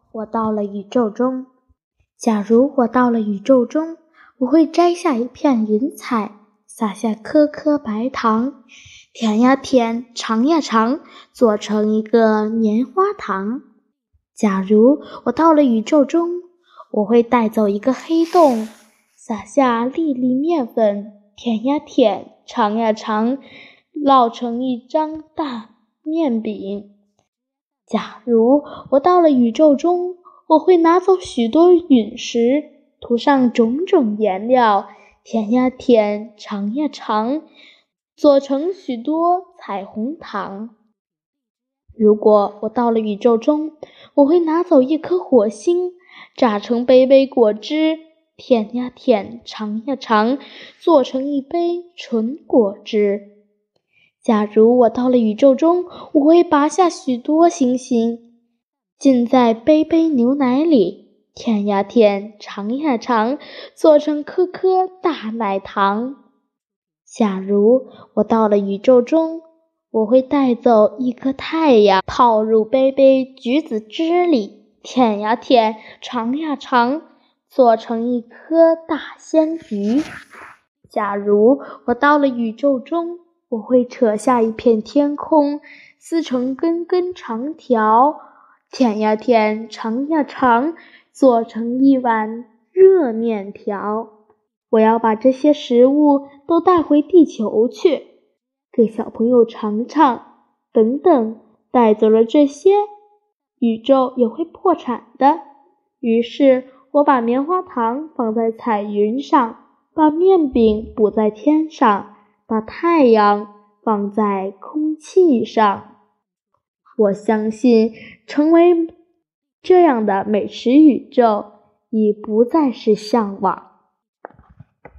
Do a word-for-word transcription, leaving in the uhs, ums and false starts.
我到了宇宙中。假如我到了宇宙中，我会摘下一片云彩，撒下颗颗白糖，舔呀舔，尝呀尝，做成一个棉花糖。假如我到了宇宙中，我会带走一个黑洞，撒下粒粒面粉，舔呀舔，尝呀尝，烙成一张大面饼。假如我到了宇宙中，我会拿走许多陨石，涂上种种颜料，舔呀舔，尝呀尝，做成许多彩虹糖。如果我到了宇宙中，我会拿走一颗火星，榨成杯杯果汁，舔呀舔，尝呀尝，做成一杯纯果汁。假如我到了宇宙中，我会拔下许多星星，浸在杯杯牛奶里，舔呀舔，尝呀尝，做成颗颗大奶糖。假如我到了宇宙中，我会带走一颗太阳，泡入杯杯橘子汁里，舔呀舔，尝呀尝，做成一颗大鲜橘。假如我到了宇宙中，我会扯下一片天空，撕成根根长条，舔呀舔，尝呀尝，做成一碗热面条。我要把这些食物都带回地球去，给小朋友尝尝。等等，带走了这些，宇宙也会破产的。于是我把棉花糖放在彩云上，把面饼补在天上，把太阳放在空气上。我相信成为这样的美食宇宙已不再是向往。